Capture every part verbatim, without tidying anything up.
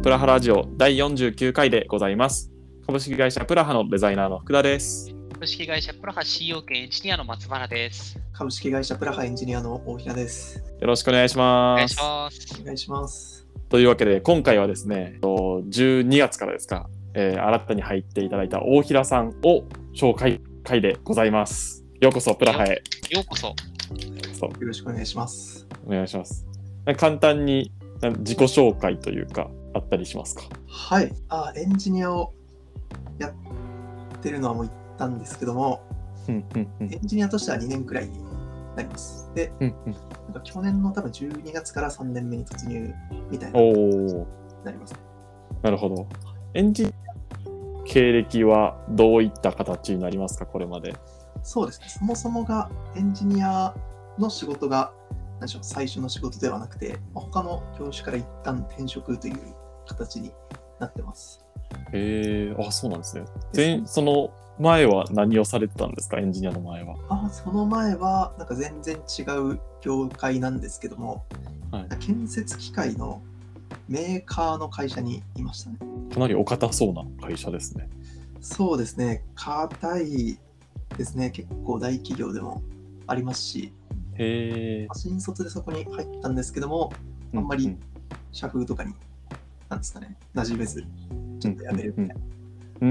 プラハラジオだいよんじゅうきゅうかいでございます。株式会社プラハのデザイナーの福田です。 株式会社プラハ シーイーオー 兼エンジニアの松原です。 株式会社プラハエンジニアの大平です。 よろしくお願いします。 お願いします。 お願いします。 というわけで今回はですね、じゅうにがつからですか、えー、新たに入っていただいた大平さんを紹介会でございます。ようこそプラハへ。 ようこそ。 よろしくお願いします。 お願いします。簡単に自己紹介というかあったりしますか？ はい。あ、エンジニアをやってるのはもう言ったんですけども、 うんうんうん、 エンジニアとしてはにねんくらいになります。で、 うんうん、 なんか去年の多分じゅうにがつからさんねんめに突入みたいなになります。 なるほど。エンジニア経歴はどういった形になりますか、これまで？ そうですね。そもそもがエンジニアの仕事が何でしょう、最初の仕事ではなくて、他の業種から一旦転職という形になってます。 へえー、あ、そうなんですね。全その前は何をされてたんですか、エンジニアの前は？ あ、その前はなんか全然違う業界なんですけども、はい、建設機械のメーカーの会社にいましたね。 かなりお堅そうな会社ですね。 そうですね、堅いですね。結構大企業でもありますし、 へー、 新卒でそこに入ったんですけども、あんまり社風とかに、なんですかね、馴染めず、ちょっとやめるみたいな。 うん、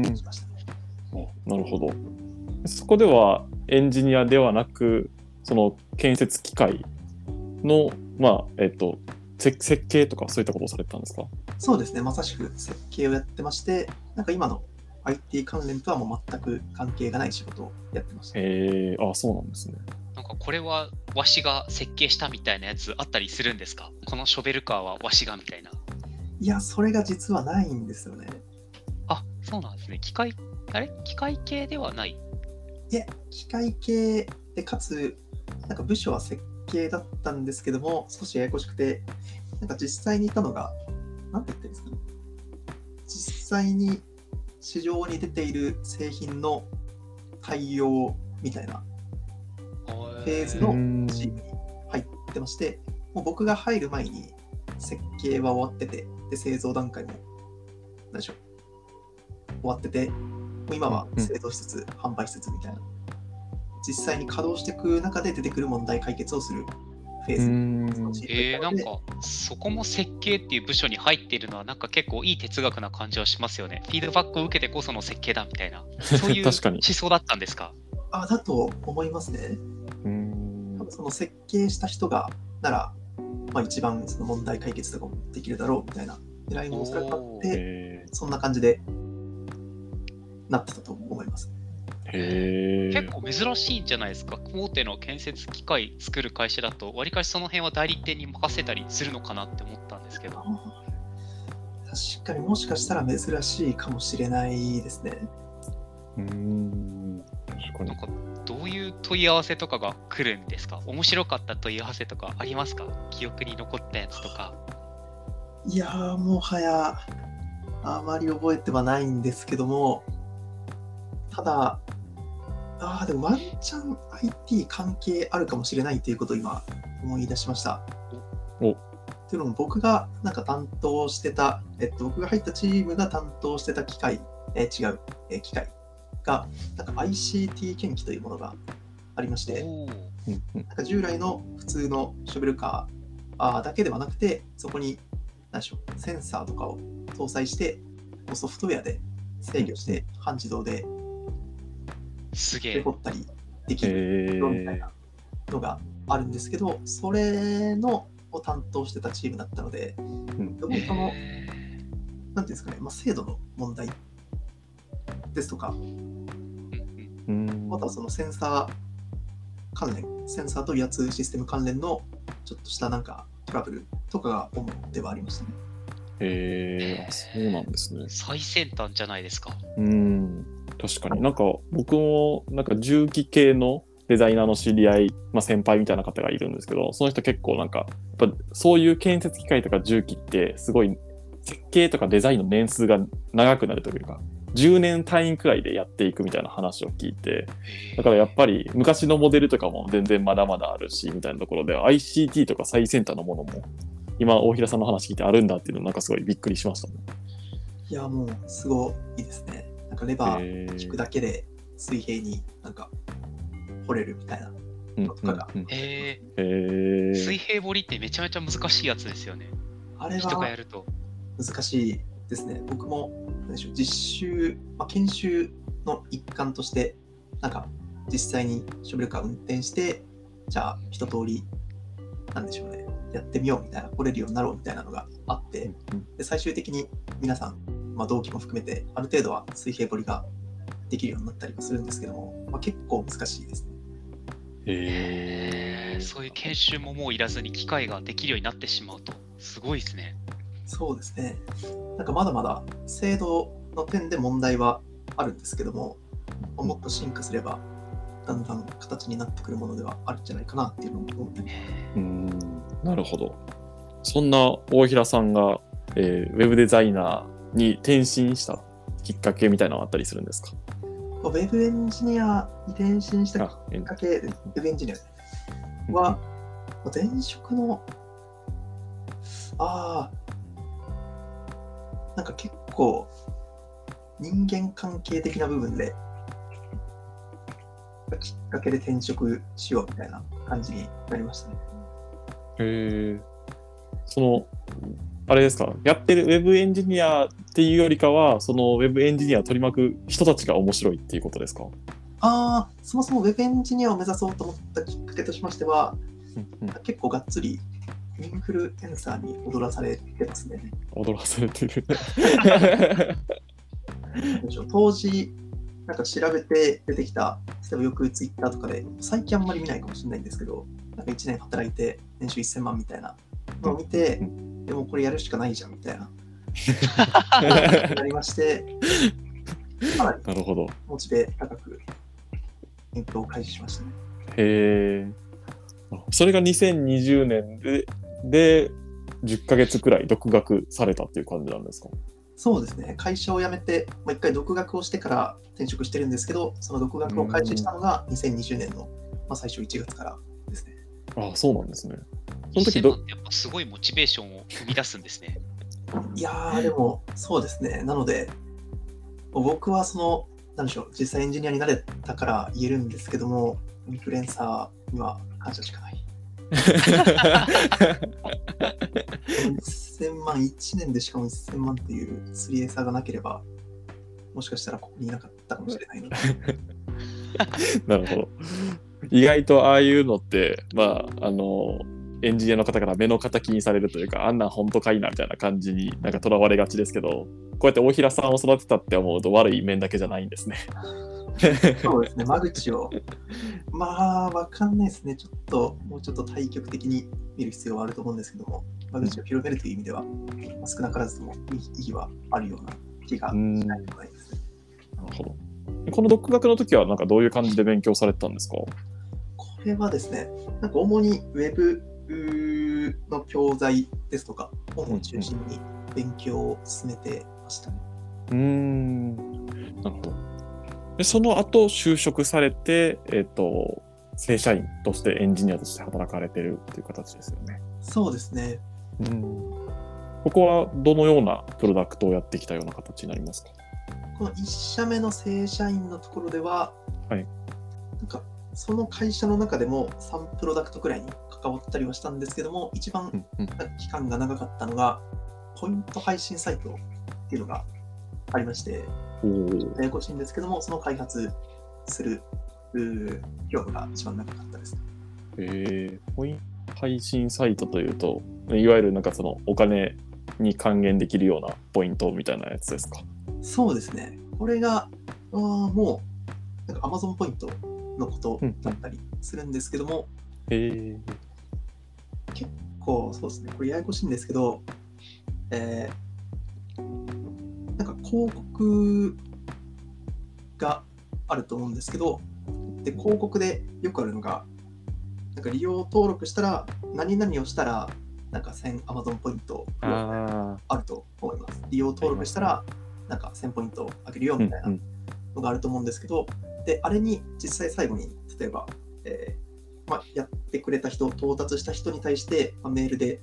うん、しましたね。なるほど。そこではエンジニアではなく、その建設機械の、まあ、えっと、設計とかそういったことをされてたんですか？ そうですね、まさしく設計をやってまして、なんか今の アイティー 関連とはもう全く関係がない仕事をやってました。 へー、あ、そうなんですね。 なんかこれはわしが設計したみたいなやつあったりするんですか？このショベルカーはわしがみたいな。 いや、それが実はないんですよね。 あ、そうなんですね。機械、あれ機械系ではない？ いや、機械系でかつ、なんか部署は設計だったんですけども、少しややこしくて、なんか実際にいたのが、なんて言ったらいいんですかね。実際に市場に出ている製品の対応みたいなフェーズのチームに入ってまして、もう僕が入る前に設計は終わってて、で製造段階も何でしょう終わってて、もう今は製造しつつ、うん、販売しつつみたいな、実際に稼働していく中で出てくる問題解決をするフェーズ。 うんえー、なんかそこも設計っていう部署に入っているのはなんか結構いい哲学な感じはしますよね。フィードバックを受けてこその設計だみたいな、そういう思想だったんですか？ あ、だと思いますね。うん、その設計した人がなら、まあ、一番その問題解決とかもできるだろうみたいな狙いもおそらくあって、そんな感じでなってたと思います。 へ結構珍しいんじゃないですか。大手の建設機械作る会社だとわりかしその辺は代理店に任せたりするのかなって思ったんですけど。 確かにもしかしたら珍しいかもしれないですね。 うーん、確かに。 なんかどういう問い合わせとかが来るんですか？面白かった問い合わせとかありますか？記憶に残ったやつとか。 いやー、もはやあまり覚えてはないんですけども、ただあでもワンチャン アイティー 関係あるかもしれないということを今思い出しました。 おというのも僕がなんか担当してた、えっと、僕が入ったチームが担当してた機械、えー、違う、えー、機械がなんか アイシーティー 検機というものがありまして、なんか従来の普通のショベルカーだけではなくて、そこに何でしょうセンサーとかを搭載してソフトウェアで制御して半自動ですげえ掘ったりできるみたいなのがあるんですけど、それのを担当してたチームだったので、うん、そのなんていうんですかね、まあ、精度の問題ですとか、うん、またそのセンサー関連、センサーと威圧システム関連のちょっとしたなんかトラブルとかが主ではありましたね。 へえ、あ、そうなんですね。 最先端じゃないですか。 うん、確かに。なんか僕もなんか重機系のデザイナーの知り合い、まあ、先輩みたいな方がいるんですけど、その人結構なんかやっぱそういう建設機械とか重機ってすごい設計とかデザインの年数が長くなるというか、じゅうねん単位くらいでやっていくみたいな話を聞いて、だからやっぱり昔のモデルとかも全然まだまだあるしみたいなところで アイシーティー とか最先端のものも今大平さんの話聞いてあるんだっていうのなんかすごいびっくりしましたね。 いやもうすごいですね。なんかレバー引くだけで水平になんか掘れるみたいなのとかが、 うんうんうん、へえ水平掘りってめちゃめちゃ難しいやつですよね。 あれは人がやると難しいですね。僕も何でしょう実習、まあ、研修の一環としてなんか実際にショベルカー運転してじゃあ一通りなんでしょうねやってみようみたいな掘れるようになろうみたいなのがあって、で最終的に皆さん、まあ、同期も含めてある程度は水平掘りができるようになったりもするんですけども、まあ、結構難しいですね。 へー、そういう研修ももういらずに機械ができるようになってしまうとすごいですね。 そうですね。なんかまだまだ精度の点で問題はあるんですけども、もっと進化すればだんだん形になってくるものではあるんじゃないかなっていうのを思ってます。 うーん、なるほど。そんな大平さんが、えー、ウェブデザイナーに転身したきっかけみたいなのはあったりするんですか？ ウェブエンジニアに転身したきっかけ、ウェブエンジニアは、前職の、ああ、なんか結構人間関係的な部分できっかけで転職しようみたいな感じになりましたね。 へえ。そのあれですか、やってるウェブエンジニアっていうよりかは、そのウェブエンジニアを取り巻く人たちが面白いっていうことですか？ ああ、そもそもウェブエンジニアを目指そうと思ったきっかけとしましては、 うんうん、 結構がっつりインフルエンサーに踊らされてますね。 踊らされてる当時なんか調べて出てきた、例えばよくツイッターとかで最近あんまり見ないかもしれないんですけど、なんかいちねん働いて年収せんまんみたいなのを見て、うん、でもこれやるしかないじゃんみたいななりまして、かなりモチベ高く勉強を開始しましたね。 へえ。それがにせんにじゅうねんで、でじゅっかげつくらい独学されたっていう感じなんですか？ そうですね。会社を辞めて、もう一回独学をしてから転職してるんですけど、その独学を開始したのがにせんにじゅうねんの、まあ、最初いちがつからですね。 ああ、そうなんですね。 その時どやっぱすごいモチベーションを生み出すんですね。 いやー、でもそうですね。なので、僕はその、なんでしょう、実際エンジニアになれたから言えるんですけども、インフルエンサーには感謝しかない。せんまんいちねんでしかもせんまんっていうスリエーサーがなければもしかしたらここにいなかったかもしれないのでなるほど。意外とああいうのってまああのエンジニアの方から目の敵にされるというか、あんなん本当かいなみたいな感じになんかとらわれがちですけど、こうやって大平さんを育てたって思うと悪い面だけじゃないんですね。 そうですね、間口をまあわかんないですね。ちょっともうちょっと対極的に見る必要はあると思うんですけども、間口を広めるという意味では、まあ、少なからずとも意義はあるような気がしないとないですね。 なるほど。この独学の時はなんかどういう感じで勉強されてたんですか？ これはですね、なんか主にウェブの教材ですとか本を中心に勉強を進めてましたね。 うーん、なるほど。でその後就職されて、えーと、正社員としてエンジニアとして働かれてるという形ですよね。 そうですね。 うん。ここはどのようなプロダクトをやってきたような形になりますか？ このいっ社目の正社員のところでは、はい、なんかその会社の中でもさんプロダクトくらいに関わったりはしたんですけども、一番期間が長かったのが、ポイント配信サイトっていうのがありまして、ややこしいんですけども、その開発する業務が一番長かったです。 えー、ポイント配信サイトというと、いわゆるなんかそのお金に還元できるようなポイントみたいなやつですか？ そうですね。これがあもうなんか Amazon ポイントのことだったりするんですけども、 うんうん、えー、 結構そうですね。これややこしいんですけど、えー、なんか広告があると思うんですけど、で広告でよくあるのが、なんか利用登録したら何々をしたらなんかせん Amazon ポイントあると思います。利用登録したらなんかせんポイントあげるよみたいなのがあると思うんですけど、うんうん、であれに実際最後に例えば、えーまあ、やってくれた人、到達した人に対して、まあ、メールで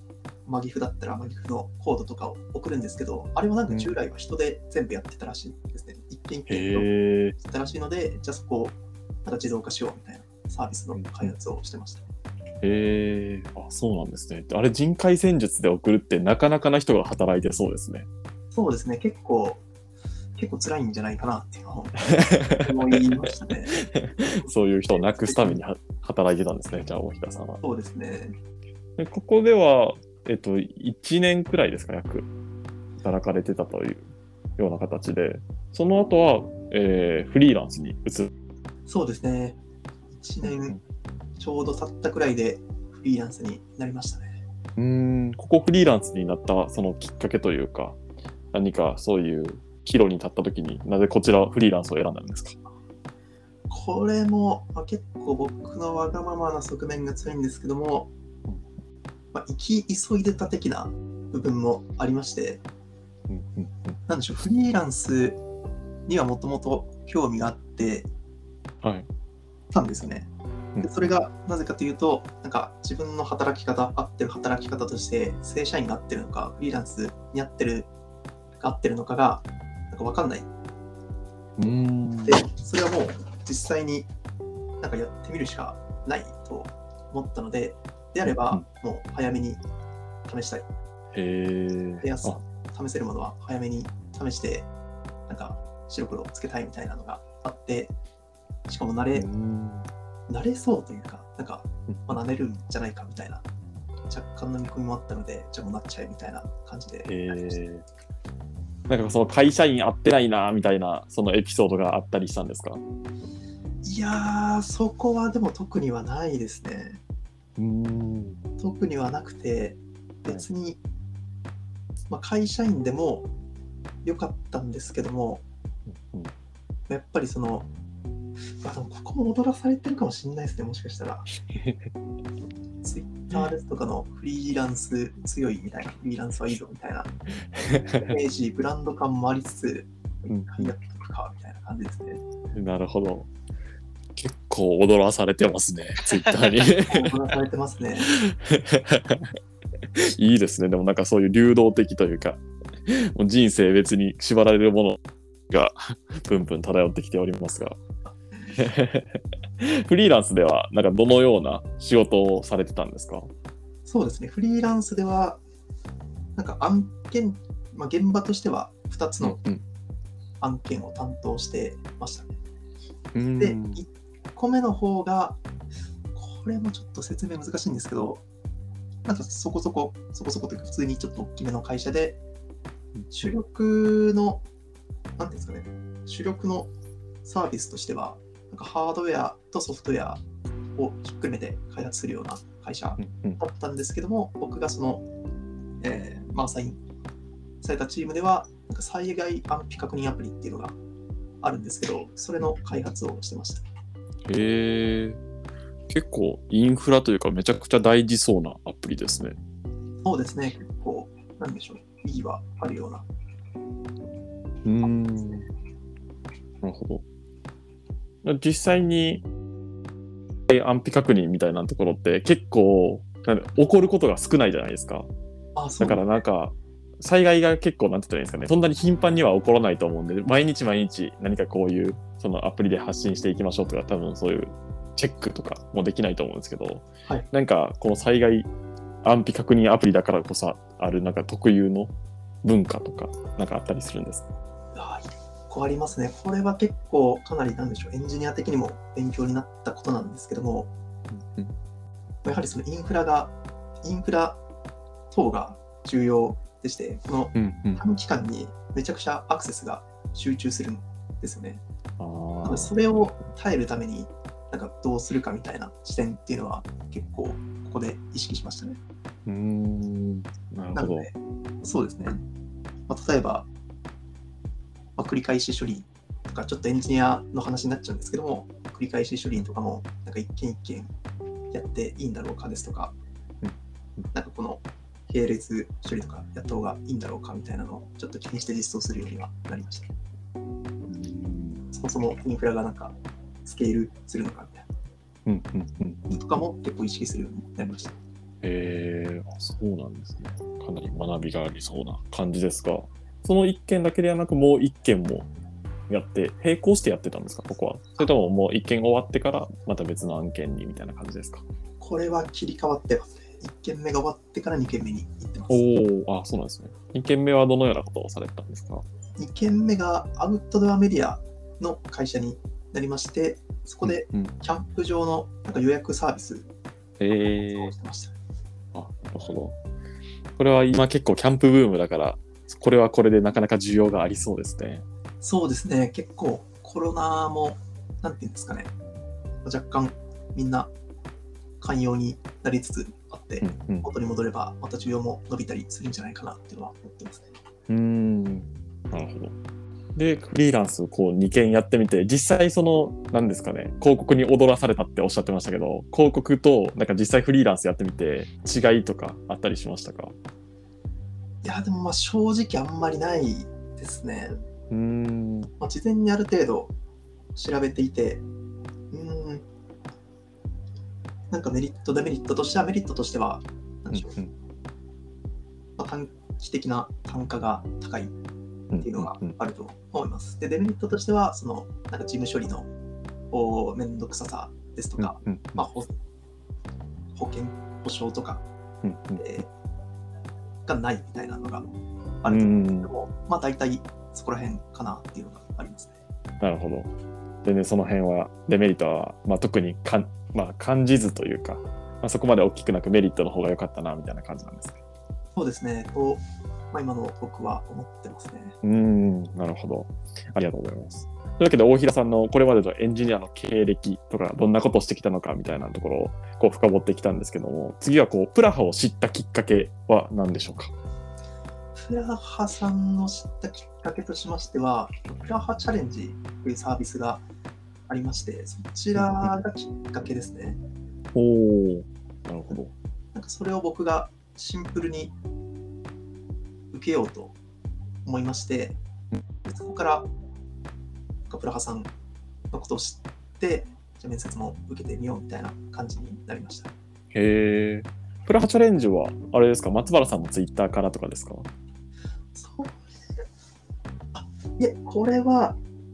マギフだったらマギフのコードとかを送るんですけど、あれはなんか従来は人で全部やってたらしいですね。一件一件やってたらしいので、じゃあそこをなんか自動化しようみたいなサービスの開発をしてました。 へえ、あ、そうなんですね。あれ人海戦術で送るってなかなかな人が働いてそうですね。 そうですね、結構結構辛いんじゃないかなっていうのを思いましたね。 そういう人をなくすために働いてたんですね、じゃあ大平さんは。 そうですね。 でここでは、えっと、いちねんくらいですか、約働かれてたというような形で、その後は、えー、フリーランスに移る。 そうですね。いちねんちょうど経ったくらいでフリーランスになりましたね。 うーん、ここフリーランスになったそのきっかけというか、何かそういう岐路に立った時になぜこちらフリーランスを選んだんですか？ これも、まあ、結構僕のわがままな側面が強いんですけども、まあ、生き急いでた的な部分もありまして、 うんうんうん、 なんでしょう、フリーランスにはもともと興味があってたんですよね。はい、でそれがなぜかというと、なんか自分の働き方、合ってる働き方として、正社員が合ってるのか、フリーランスに合ってる合ってるのかがなんか分かんない。 うーんで、それはもう実際になんかやってみるしかないと思ったので、であればもう早めに試したい。 へー。 で、試せるものは早めに試して、なんか白黒をつけたいみたいなのがあって、しかも慣れ、慣れそうというか、なんか学べるんじゃないかみたいな若干の見込みもあったので、じゃあもうなっちゃえみたいな感じでやりました。 なんかその会社員合ってないなみたいなそのエピソードがあったりしたんですか？ いやー、そこはでも特にはないですね。 うーん、 特にはなくて、別に、はい、まあ、会社員でも良かったんですけども、うん、やっぱりその、まあ、でもここも踊らされてるかもしれないですね、もしかしたら。ツイッターですとかのフリーランス強いみたいな、フリーランスはいいぞみたいな、イメージ、ブランド感もありつつ、やっていくかみたいな感じですね。 なるほど。結構踊らされてますね、ツイッターに。 踊らされてますね。 いいですね。でもなんかそういう流動的というか、もう人生別に縛られるものがプンプン漂ってきておりますが。フリーランスではなんかどのような仕事をされてたんですか？ そうですね。フリーランスではなんか案件、まあ、現場としてはふたつの案件を担当してましたね。うん、で、いっこめの方がこれもちょっと説明難しいんですけど、なんかそこそこそこそこというか普通にちょっと大きめの会社で主力のなんていうんですかね、主力のサービスとしてはなんかハードウェアとソフトウェアをひっくるめて開発するような会社だったんですけども、うんうん、僕がその、えー、まあアサインされたチームではなんか災害安否確認アプリっていうのがあるんですけど、それの開発をしてました。 へー、結構インフラというかめちゃくちゃ大事そうなアプリですね。 そうですね、結構なんでしょう、意義はあるような。 うーん、なるほど。実際に安否確認みたいなところって結構起こることが少ないじゃないですか。 あ、そう。 だからなんか災害が結構なんて言ったらいいんですかね、そんなに頻繁には起こらないと思うんで、毎日毎日何かこういうそのアプリで発信していきましょうとか、多分そういうチェックとかもできないと思うんですけど、はい、なんかこの災害安否確認アプリだからこそあるなんか特有の文化とかなんかあったりするんですか？ あ、いっこありますね。これは結構かなりなんでしょう、エンジニア的にも勉強になったことなんですけども、うんうん、やはりそのインフラがインフラ等が重要でして、この短期間にめちゃくちゃアクセスが集中するんですよね。うんうん、それを耐えるためになんかどうするかみたいな視点っていうのは結構ここで意識しましたね。 うーん、なるほど。なのでそうですね。まあ、例えば、まあ、繰り返し処理とかちょっとエンジニアの話になっちゃうんですけども、繰り返し処理とかもなんか一件一件やっていいんだろうかですとか、うん、なんかこの並列処理とかやった方がいいんだろうかみたいなのをちょっと気にして実装するようにはなりました。そもそもインフラがなんかスケールするのかみたいな、うんうんうん、とかも結構意識するようになりました。 へえ、あ、そうなんですね。かなり学びがありそうな感じですが、その一件だけではなくもう一件もやって並行してやってたんですか、ここは。それとももう一件終わってからまた別の案件にみたいな感じですか。 これは切り替わってますね。いっけんめが終わってからにけんめに行ってます。 おお、あ、そうなんですね。にけんめはどのようなことをされたんですか。 にけんめがアウトドアメディアの会社になりまして、そこでキャンプ場のなんか予約サービスをしてました。 えー、あ、なるほど。これは今結構キャンプブームだから、これはこれでなかなか需要がありそうですね。 そうですね。結構コロナも、なんていうんですかね、若干みんな寛容になりつつあって、うんうん、元に戻ればまた需要も伸びたりするんじゃないかなっていうのは思ってますね。 うーん、なるほど。で、フリーランスこうにけんやってみて、実際その、何ですかね、広告に踊らされたっておっしゃってましたけど、広告となんか実際フリーランスやってみて違いとかあったりしましたか？ いや、でもまあ正直あんまりないですね。 うーん、 まあ、事前にある程度調べていて、うーん、なんかメリット、デメリットとしては、メリットとしては、なんでしょう、うんうん、まあ、短期的な単価が高いっていうのがあると思います。で、デメリットとしては、そのなんか事務処理のめんどくささですとか、うんうん、まあ、保, 保険、保証とか、うんうんえー、がないみたいなのがあると思うんですけども、うん、まあ大体そこら辺かなっていうのがありますね。 なるほど。でね、その辺はデメリットは、まあ、特にかん、まあ、感じずというか、まあ、そこまで大きくなくメリットの方が良かったなみたいな感じなんですね。 そうですね。と、まあ、今の僕は思ってますね。 うーん、なるほど。ありがとうございます。というわけで大平さんのこれまでのエンジニアの経歴とかどんなことをしてきたのかみたいなところをこう深掘ってきたんですけども、次はこうプラハを知ったきっかけは何でしょうか。 プラハさんの知ったきっかけとしましては、プラハチャレンジというサービスがありまして、そちらがきっかけですね。 おー、なるほど。 なんかそれを僕がシンプルに受けようと思いまして、そこからプラハさんのことを知って、じゃあ面接も受けてみようみたいな感じになりました。 へー。プラハチャレンジはあれですか、松原さんのツイッターからとかですか？ そう。あ、いえ、これは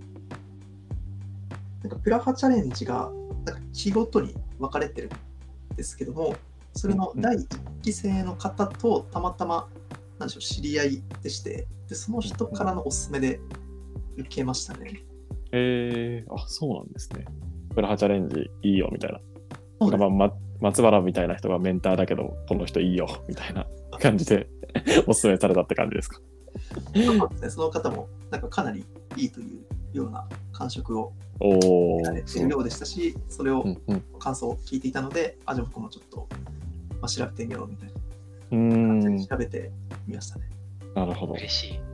なんかプラハチャレンジがなんか期ごとに分かれてるんですけども、それのだいいっき生の方とたまたまなんでしょう知り合いでして、でその人からのおすすめで受けましたね。 えー、あ、そうなんですね。プラハチャレンジいいよみたいな。なんかまあ、松原みたいな人がメンターだけど、この人いいよみたいな感じでおすすめされたって感じですか？ そうですね、その方もなんかかなりいいというような感触を得られているようでしたし、それを感想を聞いていたので、うんうん、あ、じゃあ僕もちょっと、まあ、調べてみようみたいな感じで調べてみましたね。 なるほど。 嬉しい。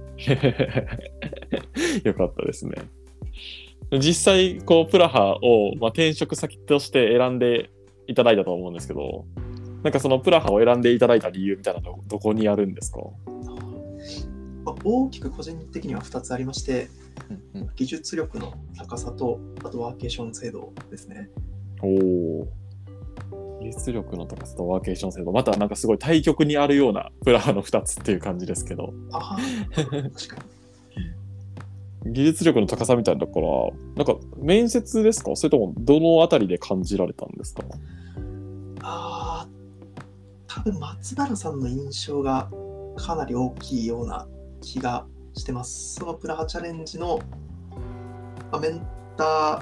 よかったですね。実際こうプラハを、まあ、転職先として選んでいただいたと思うんですけど、なんかそのプラハを選んでいただいた理由みたいなのはどこにあるんですか？ まあ、大きく個人的にはふたつありまして、うんうん、技術力の高さと、あとワーケーション制度ですね。 おー、技術力の高さとワーケーション制度、またなんかすごい対極にあるようなプラハのふたつっていう感じですけど。 あ確かに。技術力の高さみたいなところは、なんか面接ですか？それともどのあたりで感じられたんですか？ ああ、多分松原さんの印象がかなり大きいような気がしてます。そのプラハチャレンジの、まあ、メンタ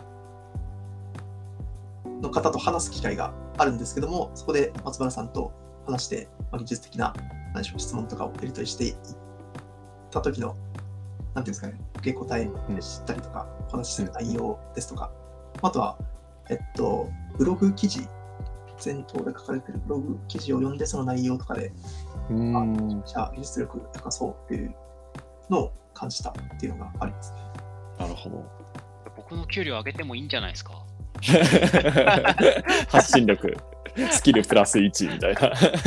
ーの方と話す機会があるんですけども、そこで松原さんと話して、まあ、技術的な何でしょう質問とかをやり取りしていった時のなんていうんですかね、受け答えでしたりとか、お話しする内容ですとか、あとは、えっと、ブログ記事、前頭で書かれているブログ記事を読んで、その内容とかで、 うーん、 じゃあ技術力高そうっていうのを感じたっていうのがありますね。 なるほど。 僕の給料上げてもいいんじゃないですか？ 発信力、スキルプラスいちみたいな。確か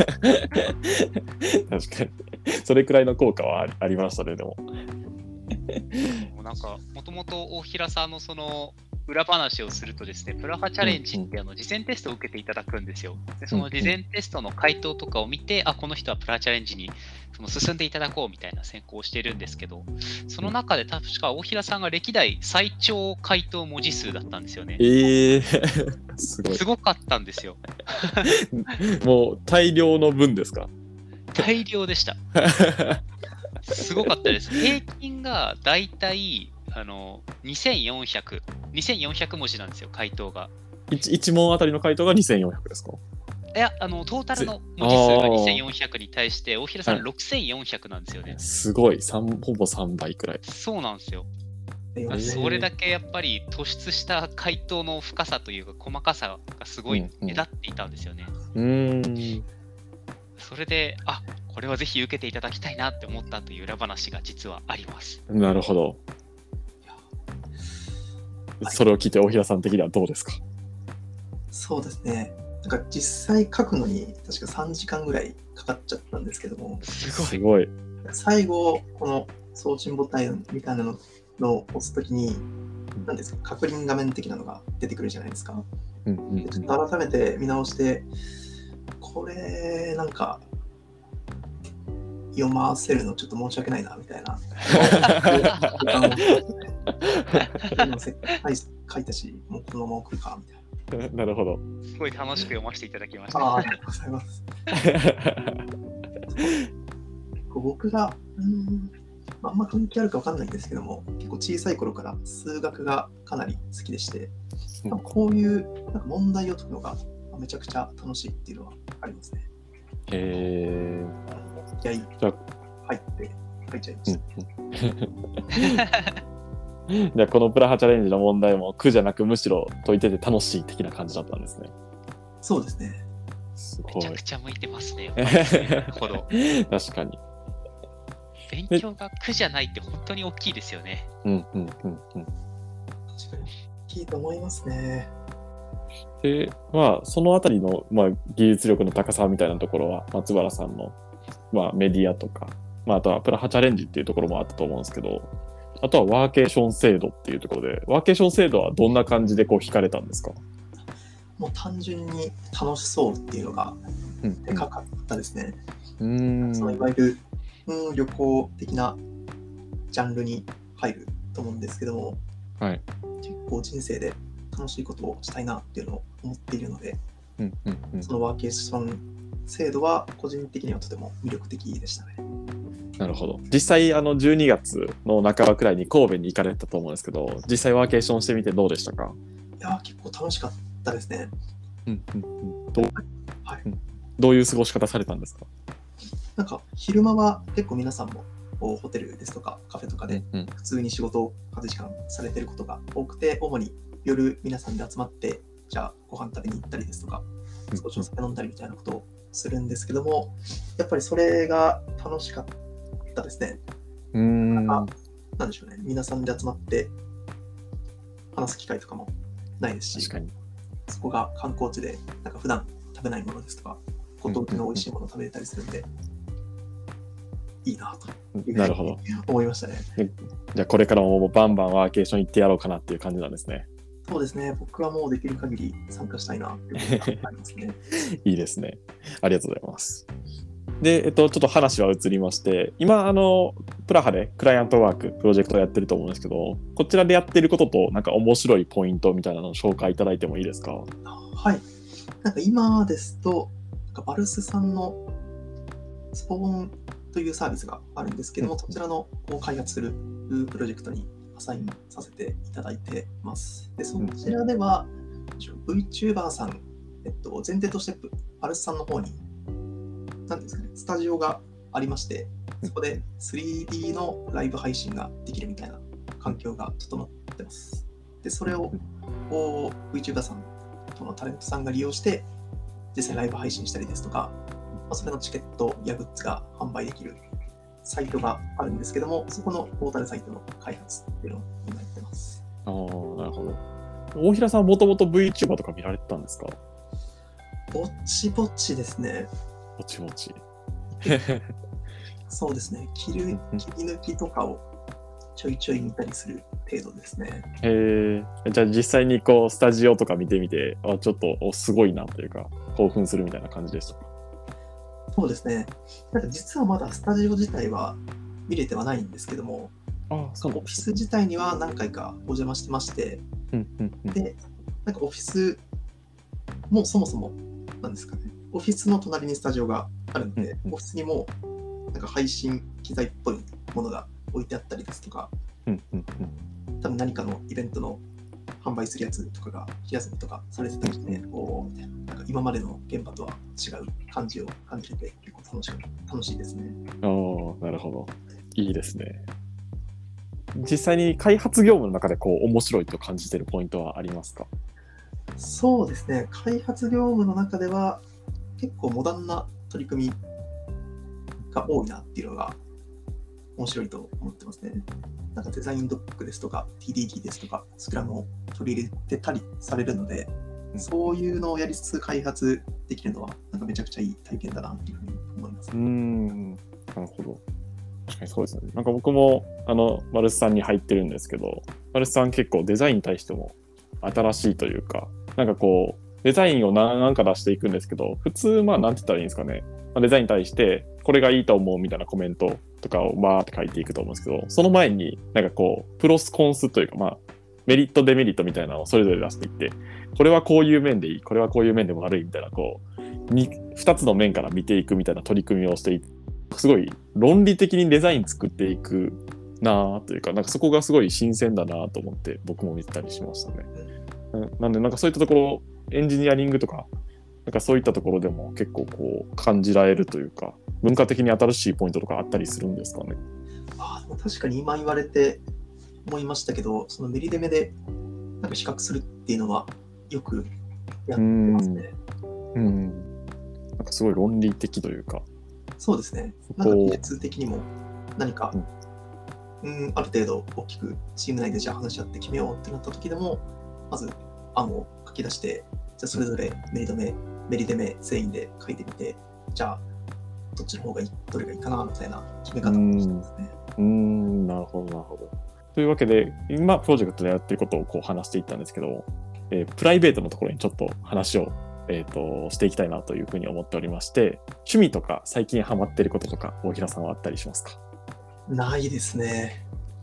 に。それくらいの効果はありましたね、でも。 もうなんかもともと大平さんのその裏話をするとですね、プラハチャレンジってあの事前テストを受けていただくんですよ。でその事前テストの回答とかを見て、あ、この人はプラハチャレンジにその進んでいただこうみたいな選考をしているんですけど、その中で確か大平さんが歴代最長回答文字数だったんですよね。 ええー、すごい。 すごかったんですよ。 もう大量の分ですか？ 大量でした。すごかったです。平均がだいたいあのにせんよんひゃく、にせんよんひゃく文字なんですよ、回答が。 1, 一問あたりの回答がにせんよんひゃくですか？ いや、あのトータルの文字数がにせんよんひゃくに対して、大平さんろくせんよんひゃくなんですよね。 すごい、ほぼさんばいくらい。 そうなんですよ。それだけやっぱり突出した回答の深さというか細かさがすごい目立っていたんですよね。 うんうん、うそれで、あ、これはぜひ受けていただきたいなって思ったという裏話が実はあります。 なるほど。それを聞いて大平さん的にはどうですか？ そうですね。なんか実際書くのに確かさんじかんぐらいかかっちゃったんですけども、 すごい。 最後この送信ボタンみたいなのを押すときに、何ですか、確認画面的なのが出てくるじゃないですか。 うんうんうん、 ちょっと改めて見直して、これなんか読ませるのちょっと申し訳ないなみたいな。書いたし、もうこのまま送るかみたいな。 なるほど。 すごい楽しく読ませていただきました。 あ, ありがとうございます。僕がうんあんま関係あるか分かんないんですけども、結構小さい頃から数学がかなり好きでして、うん、こういうなんか問題を解くのがめちゃくちゃ楽しいっていうのはありますね。 へー。いやいい。じゃあ入って書いちゃいました。 じゃあこのプラハチャレンジの問題も苦じゃなくむしろ解いてて楽しい的な感じだったんですね。 そうですね。 すごい。 めちゃくちゃ向いてますね。ほど確かに。 勉強が苦じゃないって本当に大きいですよね。 うんうんうんうん。確かに大きいと思いますね。 で、まあそのあたりの、まあ、技術力の高さみたいなところは松原さんの、まあ、メディアとか、まあ、あとはプラハチャレンジっていうところもあったと思うんですけど、あとはワーケーション制度っていうところで、ワーケーション制度はどんな感じでこう惹かれたんですか？ もう単純に楽しそうっていうのがでかかったですね。 うん、 そのいわゆる、うん、旅行的なジャンルに入ると思うんですけども、 はい、 結構人生で楽しいことをしたいなっていうのを思っているので、 うんうんうん、 そのワーケーション制度は個人的にはとても魅力的でしたね。 なるほど。実際あのじゅうにがつの半ばくらいに神戸に行かれたと思うんですけど、実際ワーケーションしてみてどうでしたか？ いや結構楽しかったですね。 うんうんうん、どう、 はい、 どういう過ごし方されたんですか？ なんか昼間は結構皆さんもホテルですとかカフェとかで普通に仕事をはちじかんされてることが多くて、主に夜皆さんで集まってじゃあご飯食べに行ったりですとか少しお酒飲んだりみたいなことをするんですけども、やっぱりそれが楽しかったですね。 うーん、 なんかなんでしょうね、皆さんで集まって話す機会とかもないですし、 確かにそこが観光地でなんか普段食べないものですとかご当地の美味しいものを食べれたりするんで、いいなというふうに思いましたね。 じゃあこれからもバンバンワーケーション行ってやろうかなっていう感じなんですね。 そうですね。僕はもうできる限り参加したいなっていうのがありますね。 いいですね。ありがとうございます。で、えっと、ちょっと話は移りまして、今、あの、プラハでクライアントワーク、プロジェクトをやってると思うんですけど、こちらでやってることと、なんか面白いポイントみたいなのを紹介いただいてもいいですか？ はい。なんか今ですと、なんかバルスさんのスポーンというサービスがあるんですけども、うん、そちらのを開発するプロジェクトにアサインさせていただいてます。で、そちらでは、うん、VTuber さん、えっと、前提としてバルスさんの方に、なんですかね、スタジオがありまして、そこで スリーディー のライブ配信ができるみたいな環境が整ってます。で、それを VTuber さんとのタレントさんが利用して、実際ライブ配信したりですとか、まあ、それのチケットやグッズが販売できるサイトがあるんですけども、そこのポータルサイトの開発っていうのを今やってます。 ああ、なるほど。大平さんはもともと VTuber とか見られてたんですか？ ぼちぼちですね。 ぼちぼち。 そうですね。切る、切り抜きとかをちょいちょい見たりする程度ですね。 へえ。じゃあ実際にこうスタジオとか見てみて、あちょっとおすごいなというか興奮するみたいな感じでしたか？ そうですね。なんか実はまだスタジオ自体は見れてはないんですけども、 あそうオフィス自体には何回かお邪魔してまして、 うんうんうん、 で、なんかオフィスもそもそもなんですかね、オフィスの隣にスタジオがあるので、 うんうん、 オフィスにもなんか配信機材っぽいものが置いてあったりですとか、 うんうんうん、 多分何かのイベントの販売するやつとかが平積みとかされてたりして、おおみたいな、なんか今までの現場とは違う感じを感じれて結構楽しく楽しいですね。 ああ、なるほど。いいですね。実際に開発業務の中でこう面白いと感じているポイントはありますか？ そうですね。開発業務の中では結構モダンな取り組みが多いなっていうのが面白いと思ってますね。なんかデザインドックですとか ティーディーディー ですとかスクラムを取り入れてたりされるので、そういうのをやりつつ開発できるのはなんかめちゃくちゃいい体験だなっていうふうに思います。 うーん、なるほど。確かにそうですね。なんか僕もあのマルスさんに入ってるんですけど、マルスさん結構デザインに対しても新しいというか、なんかこうデザインを何か出していくんですけど、普通まあなんて言ったらいいんですかね。デザインに対してこれがいいと思うみたいなコメントとかをバーって書いていくと思うんですけど、その前になんかこうプロスコンスというか、まあメリットデメリットみたいなのをそれぞれ出していって、これはこういう面でいい、これはこういう面でも悪いみたいな、こうにふたつの面から見ていくみたいな取り組みをしていて、すごい論理的にデザイン作っていくなというか、なんかそこがすごい新鮮だなと思って僕も見てたりしましたね。なんでなんかそういったところ、エンジニアリングとかなんかそういったところでも結構こう感じられるというか、文化的に新しいポイントとかあったりするんですかね。 ああ、確かに今言われて思いましたけど、そのメリデメでなんか比較するっていうのはよくやってますね。 うんうん、なんかすごい論理的というか。 そうですね。なんか技術的にも何か、うん、うん、ある程度大きくチーム内でじゃあ話し合って決めようってなった時でも、まず案を書き出して、じゃあそれぞれメリドメ、メリデメ全員で書いてみて、じゃあどっちの方がいい、どれがいいかなみたいな決め方をしてますね。 うーん、なるほどなるほど。というわけで今プロジェクトでやっていることをこう話していったんですけど、えー、プライベートのところにちょっと話をえー、としていきたいなというふうに思っておりまして、趣味とか最近ハマっていることとか大平さんはあったりしますか？ ないですね。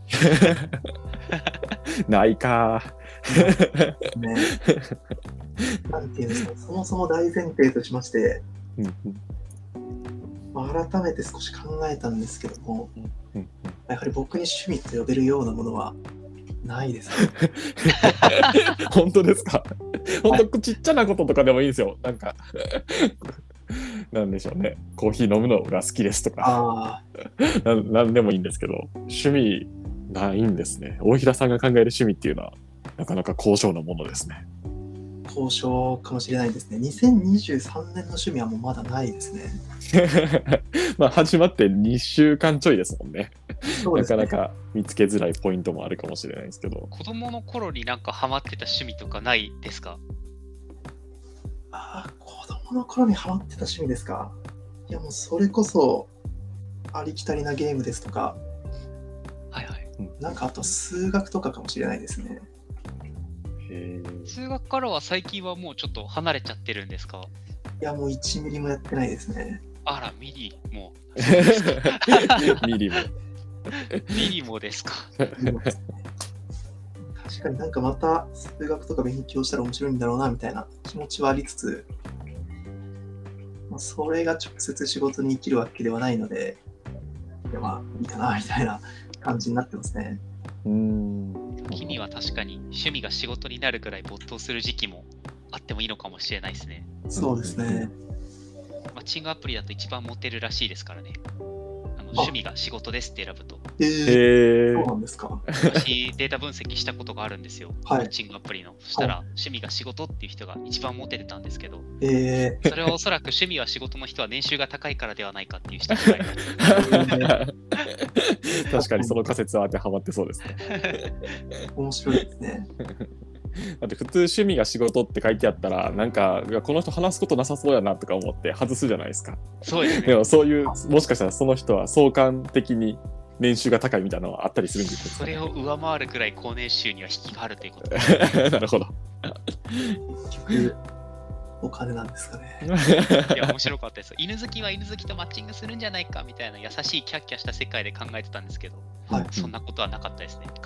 ないかー。ね、なんていうんですか、そもそも大前提としまして、 うんうんまあ、改めて少し考えたんですけども、 うんうん、 やはり僕に趣味と呼べるようなものはないですね。 本当ですか？本当ちっちゃなこととかでもいいんですよ。なんかなんでしょうね。コーヒー飲むのが好きですとか、 あななんでもいいんですけど、趣味ないんですね。大平さんが考える趣味っていうのはなかなか高尚なものですね。 高尚かもしれないですね。にせんにじゅうさんねんの趣味はもうまだないですね。 まあ始まってにしゅうかんちょいですもんね。 そうですね。 なかなか見つけづらいポイントもあるかもしれないですけど。 子供の頃になんかハマってた趣味とかないですか？ ああ、子供の頃にハマってた趣味ですか？いやもうそれこそありきたりなゲームですとか、 はいはい。 なんかあと数学とかかもしれないですね。 へー、 数学からは最近はもうちょっと離れちゃってるんですか？ いやもういちミリもやってないですね。 あら、ミリも。 ミリも。 ミリもですか。 確かになんかまた数学とか勉強したら面白いんだろうなみたいな気持ちはありつつ、まあ、それが直接仕事に生きるわけではないので、いやまあいいかなみたいな感じになってますね。 うーん、 時には確かに趣味が仕事になるくらい没頭する時期もあってもいいのかもしれないですね。 そうですね。 マッチングアプリだと一番モテるらしいですからね。あの趣味が仕事ですって選ぶと。 えー、 へー、 そうなんですか。 私データ分析したことがあるんですよ。 はいマッチングアプリの。そしたら、趣味が仕事っていう人が一番モテてたんですけど、 えそれはおそらく趣味は仕事の人は年収が高いからではないかっていう指摘があります。 確かにその仮説は当てはまってそうですね。 ー、面白いですね。 だって普通趣味が仕事って書いてあったら、なんかこの人話すことなさそうやなとか思って外すじゃないですか。 そうですね。 でもそういう、もしかしたらその人は相関的に年収が高いみたいなのはあったりするんですか、ね、 それを上回るくらい高年収には引きがあるということでなるほど。 結局、お金なんですかね。 いや面白かったです。犬好きは犬好きとマッチングするんじゃないかみたいな優しいキャッキャした世界で考えてたんですけど、 はい、 そんなことはなかったですね。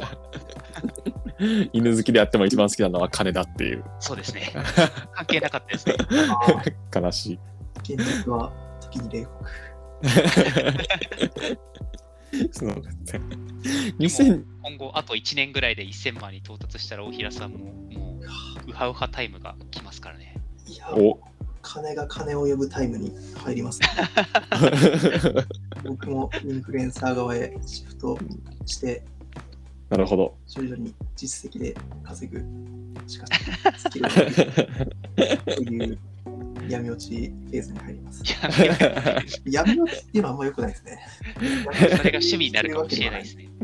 犬好きであっても一番好きなのは金だっていう。 そうですね。関係なかったですね。 悲しい。 現実は時に冷酷。 そうですね。 にせん今後あといちねんぐらいでせんまんに到達したら大平さんももうウハウハタイムが来ますからね。 いや、お金が金を呼ぶタイムに入りますね。僕もインフルエンサー側へシフトして、 なるほど。 徐々に実績で稼ぐしかしスキルがないという闇落ちフェーズに入ります。闇落ちっていうのはあんま良くないですね。 それが趣味になるかもしれないですね。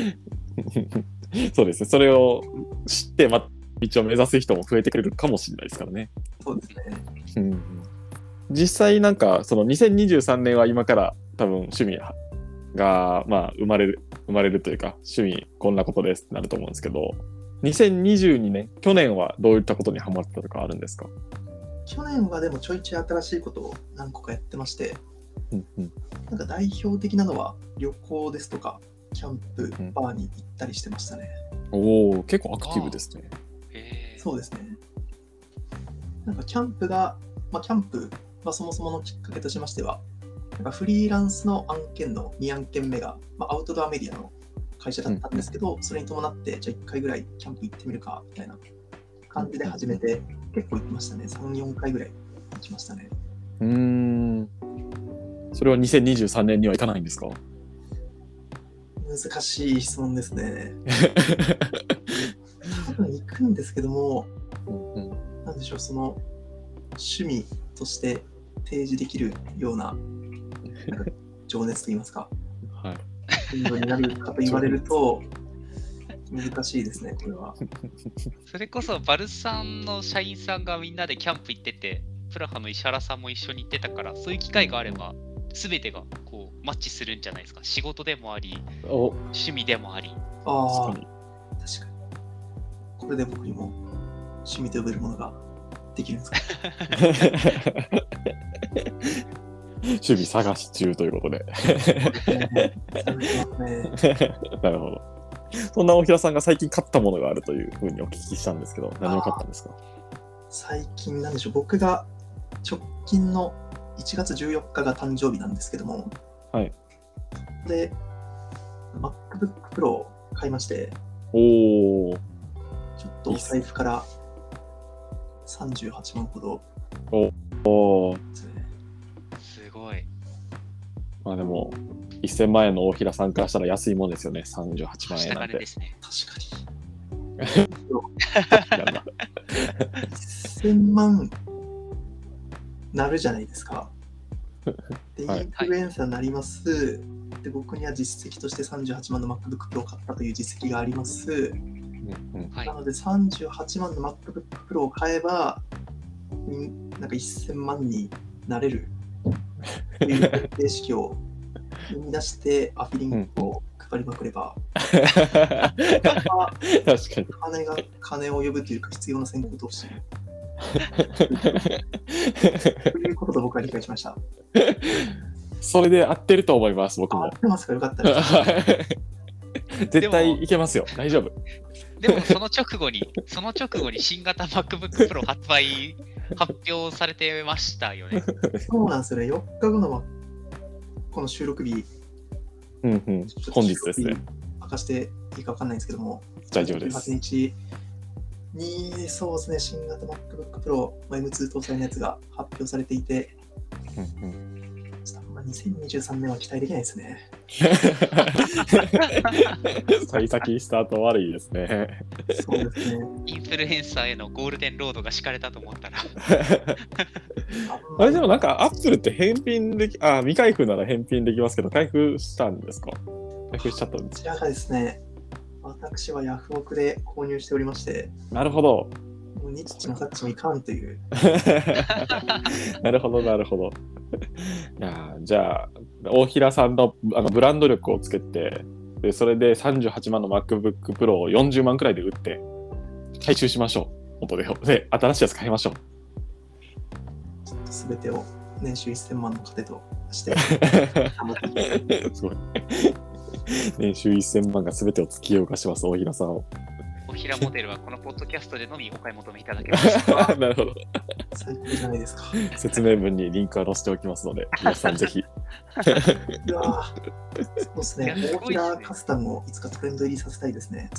そうですね。それを知って、ま、道を目指す人も増えてくれるかもしれないですからね。 そうですね。 うん、実際なんかそのにせんにじゅうさんねんは今から多分趣味がまあ生まれる生まれるというか趣味こんなことですってなると思うんですけど、にせんにじゅうにねん去年はどういったことにハマってたとかあるんですか？ 去年はでもちょいちょい新しいことを何個かやってまして、うんうん、なんか代表的なのは旅行ですとかキャンプ、バーに行ったりしてましたね。 おお、結構アクティブですね。 そうですね。なんかキャンプが、まあ、キャンプはそもそものきっかけとしましては、なんかフリーランスの案件のにあんけんめが、まあ、アウトドアメディアの会社だったんですけど、うん、それに伴ってじゃあいっかいぐらいキャンプ行ってみるかみたいな感じで始めて、結構行きましたね。さん、よんかいぐらい行きましたね。 うーん。それはにせんにじゅうさんねんには行かないんですか？ 難しい質問ですね。多分行くんですけども、うんうん、なんでしょう、その趣味として提示できるような、なんか情熱といいますか、はい、になるかと言われると難しいですね、これは。 それこそバルさんの社員さんがみんなでキャンプ行ってて、プラハの石原さんも一緒に行ってたから、そういう機会があれば全てがこうマッチするんじゃないですか。仕事でもあり、趣味でもあり。 ああ、確かに。これで僕にも趣味と呼べるものができるんですか？ 趣味探し中ということで。なるほど。そんな大平さんが最近買ったものがあるというふうにお聞きしたんですけど、何を買ったんですか？ 最近なんでしょう、僕が直近のいちがつじゅうよっかが誕生日なんですけども、 はい。 で、MacBook Pro を買いまして、 おー。 ちょっとお財布からさんじゅうはちまんほど。 おお。 すごい。 まあでも、せんまんえんの大平さんからしたら安いもんですよね、さんじゅうはちまんえんなんて。 ですね、 確かに。せんまんなるじゃないですか。で、インフルエンサーになります。はい、で、僕には実績としてさんじゅうはちまんの MacBook Pro を買ったという実績があります。うんうん、なのでさんじゅうはちまんの MacBook Pro を買えば、なんかせんまんになれるという形式を生み出してアフィリンクを配りまくれば、うん、確かに金が金を呼ぶというか必要な先行投資ということと僕は理解しました。 それで合ってると思います、僕も。 合ってますか？よかったです。 絶対いけますよ、大丈夫。 でもその直後に、その直後に新型 MacBook Pro 発売発表されてましたよね。 そうなんですよね。よっかごのこの収録日、 うんうん、本日ですね。 明かしていいか分かんないんですけども、 大丈夫です。 じゅうはちにちにそうですね、新型 MacBook Pro エムツー 搭載のやつが発表されていて、うんうん、にせんにじゅうさんねんは期待できないですね。 幸先スタート悪いですね。 そうですね。 インフルエンサーへのゴールデンロードが敷かれたと思ったら。 あれでもなんかアップルって返品でき、あ、未開封なら返品できますけど、開封したんですか？開封しちゃったんですか？ こちらがですね、私はヤフオクで購入しておりまして。 なるほど。 もうニッチもサッチもいかんという。 なるほどなるほど。いやじゃあ大平さん の, あのブランド力をつけて、でそれでさんじゅうはちまんの MacBook Pro をよんじゅうまんくらいで売って回収しましょう。元でで新しいやつ買いましょう。 ちょっと全てを年収せんまんの糧としてすごい。年収せんまんが全てを突き動かします大平さんを。 大平モデルはこのポッドキャストでのみお買い求めいただけます。 なるほど。 最高じゃないですか。 説明文にリンクは載せておきますので、皆さんぜひ。 いやそうですね。大平カスタムをいつかトレンド入りさせたいですね。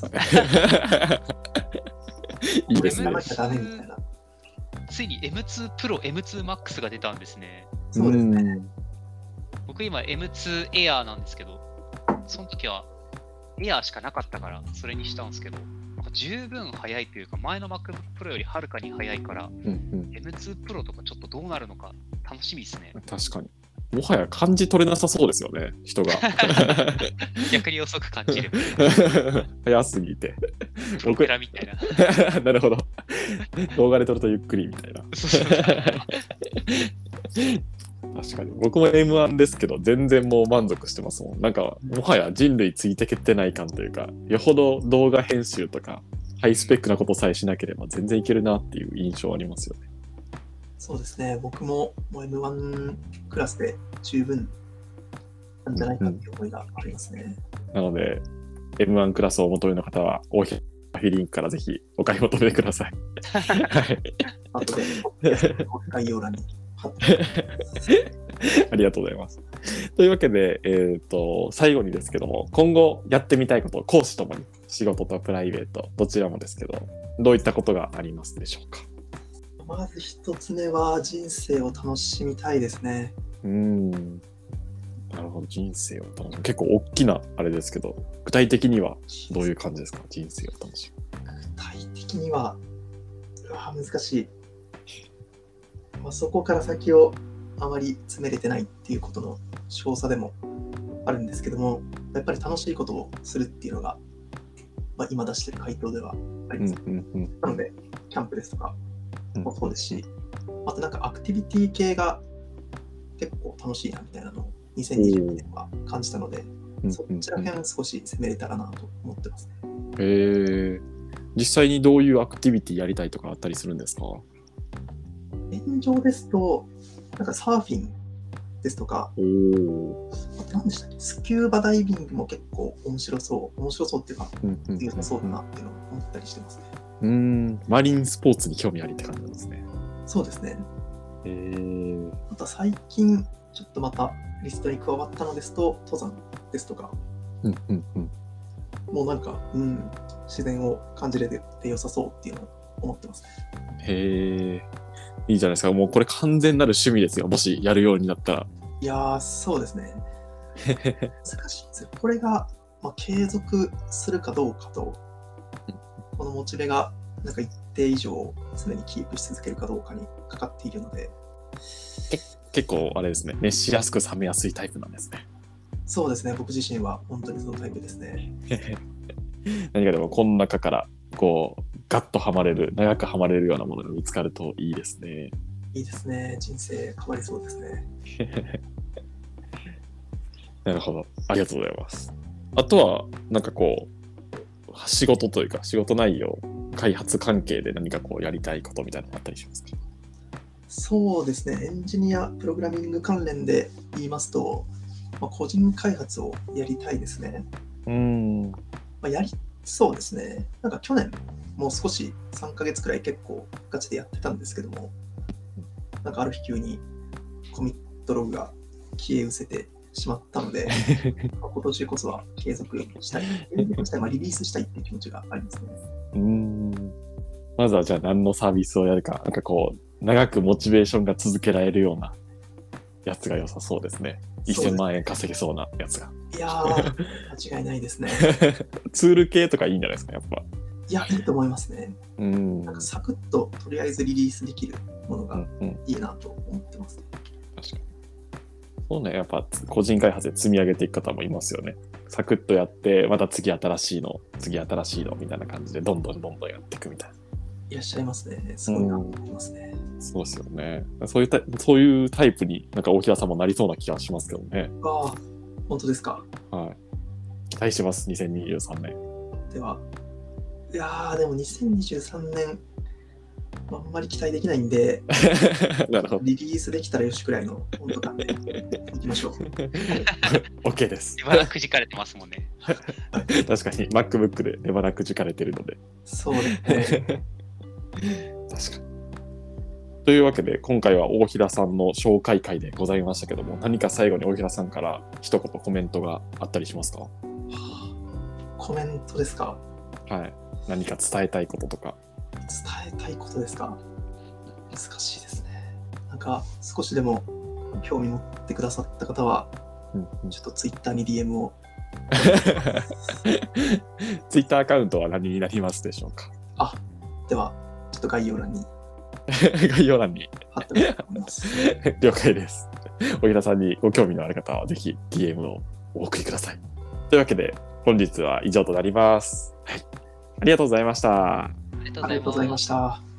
いいですね。 ダメみたいな。 ついに エムツー Pro、エムツー Max が出たんですね。 そうですね。 僕今 エムツー Air なんですけど、その時は Air しかなかったからそれにしたんですけど、なんか十分早いというか前の MacBook Pro よりはるかに早いから、うんうん、エムツー Pro とかちょっとどうなるのか楽しみですね。 確かに。もはや感じ取れなさそうですよね、人が。 逆に遅く感じる。 早すぎて。 プロペラみたいな。なるほど。動画で撮るとゆっくりみたいな。確かに。僕も エムワン ですけど、全然もう満足してますもん。なんか、もはや人類ついてけてない感というか、よほど動画編集とか、ハイスペックなことさえしなければ全然いけるなっていう印象ありますよね。 そうですね。僕ももう エムワン クラスで十分なんじゃないかっていう思いがありますね。 うん、なので、エムワン クラスをお求めの方は、大平フィリンクからぜひお買い求めください。はい。 後で概要欄に貼ってありがとうございます。というわけで、えーと、最後にですけども、今後やってみたいこと、講師ともに仕事とプライベート、どちらもですけど、どういったことがありますでしょうか？ まず一つ目は人生を楽しみたいですね。 うーん。なるほど、人生を楽しむ。結構大きなあれですけど、具体的にはどういう感じですか？人生を楽しむ。 具体的には、うわ難しい。まあ、そこから先をあまり詰めれてないっていうことの少佐でもあるんですけども、やっぱり楽しいことをするっていうのが、まあ、今出してる回答ではあります。うんうんうん、なので、キャンプですとかもそうですし、あとなんかアクティビティ系が結構楽しいなみたいなのをにせんにじゅうねんは感じたので、そちら辺少し攻めれたらなと思ってますね。 へー。実際にどういうアクティビティやりたいとかあったりするんですか？ 現状ですと、なんかサーフィンですとか、あと何でしたっけ、スキューバダイビングも結構面白そう、面白そうっていうか、良さそうだなっていうのを思ったりしてますね。 うーん、マリンスポーツに興味ありって感じなんですね。 そうですね。 へー。 あと最近、ちょっとまたリストに加わったのですと、登山ですとか、 うんうんうん、 もうなんか、うん、自然を感じれて良さそうっていうのを思ってますね。 へー。いいじゃないですか。もうこれ完全なる趣味ですよ。もしやるようになったら。 いやー、そうですね。難しいです。これが、まあ、継続するかどうかと、このモチベがなんか一定以上常にキープし続けるかどうかにかかっているので。 結構あれですね。熱しやすく冷めやすいタイプなんですね。 そうですね。僕自身は本当にそのタイプですね。 何かでもこの中からこうガッとはまれる、長くはまれるようなものが見つかるといいですね。 いいですね。人生変わりそうですね。 なるほど。ありがとうございます。あとはなんかこう仕事というか仕事内容、開発関係で何かこうやりたいことみたいなのあったりしますか？ そうですね。エンジニアプログラミング関連で言いますと、まあ、個人開発をやりたいですね。 うーん。 まあ、やりそうですね。なんか去年もう少しさんかげつくらい結構ガチでやってたんですけども、なんかある日急にコミットログが消え失せてしまったので、今年こそは継続したい、まあ、リリースしたいっていう気持ちがありますね。 うーん。まずはじゃあ何のサービスをやるか、なんかこう長くモチベーションが続けられるようなやつが良さそうですね。せんまんえん稼げそうなやつが。 いやー、間違いないですね。 ツール系とかいいんじゃないですか、やっぱ。 いや、いいと思いますね。 うん。 なんかサクッととりあえずリリースできるものがいいなと思ってます、ね。 うんうん、確かに。そうね、やっぱ個人開発で積み上げていく方もいますよね。サクッとやって、また次新しいの、次新しいのみたいな感じで、どんどんどんどんやっていくみたいな。 いいらっしゃいますね。すごいなと思いますね。 そうですよね。そういうタイそういうタイプになんか大平さんもなりそうな気がしますけどね。 ああ、本当ですか。 はい。期待してます、にせんにじゅうさんねん。 では、いやー、でもにせんにじゅうさんねん、あんまり期待できないんで、 なるほど。 リリースできたらよしくらいの温度感でいきましょう。 OK です。 しばらくくじかれてますもんね。 確かに MacBook でレバラくじかれてるので。 そうですね。 確かに。というわけで今回は大平さんの紹介会でございましたけども、何か最後に大平さんから一言コメントがあったりしますか？ コメントですか？ はい。何か伝えたいこととか。 伝えたいことですか？難しいですね。なんか少しでも興味持ってくださった方は、 うんうん、 ちょっと Twitter に ディーエム を。 Twitter アカウントは何になりますでしょうか？ あ、ではちょっと概要欄に概要欄に貼っておきたいと思います。 了解です。大平さんにご興味のある方はぜひ ディーエム をお送りください。というわけで本日は以上となります。はい。ありがとうございました。 ありがありがとうございました。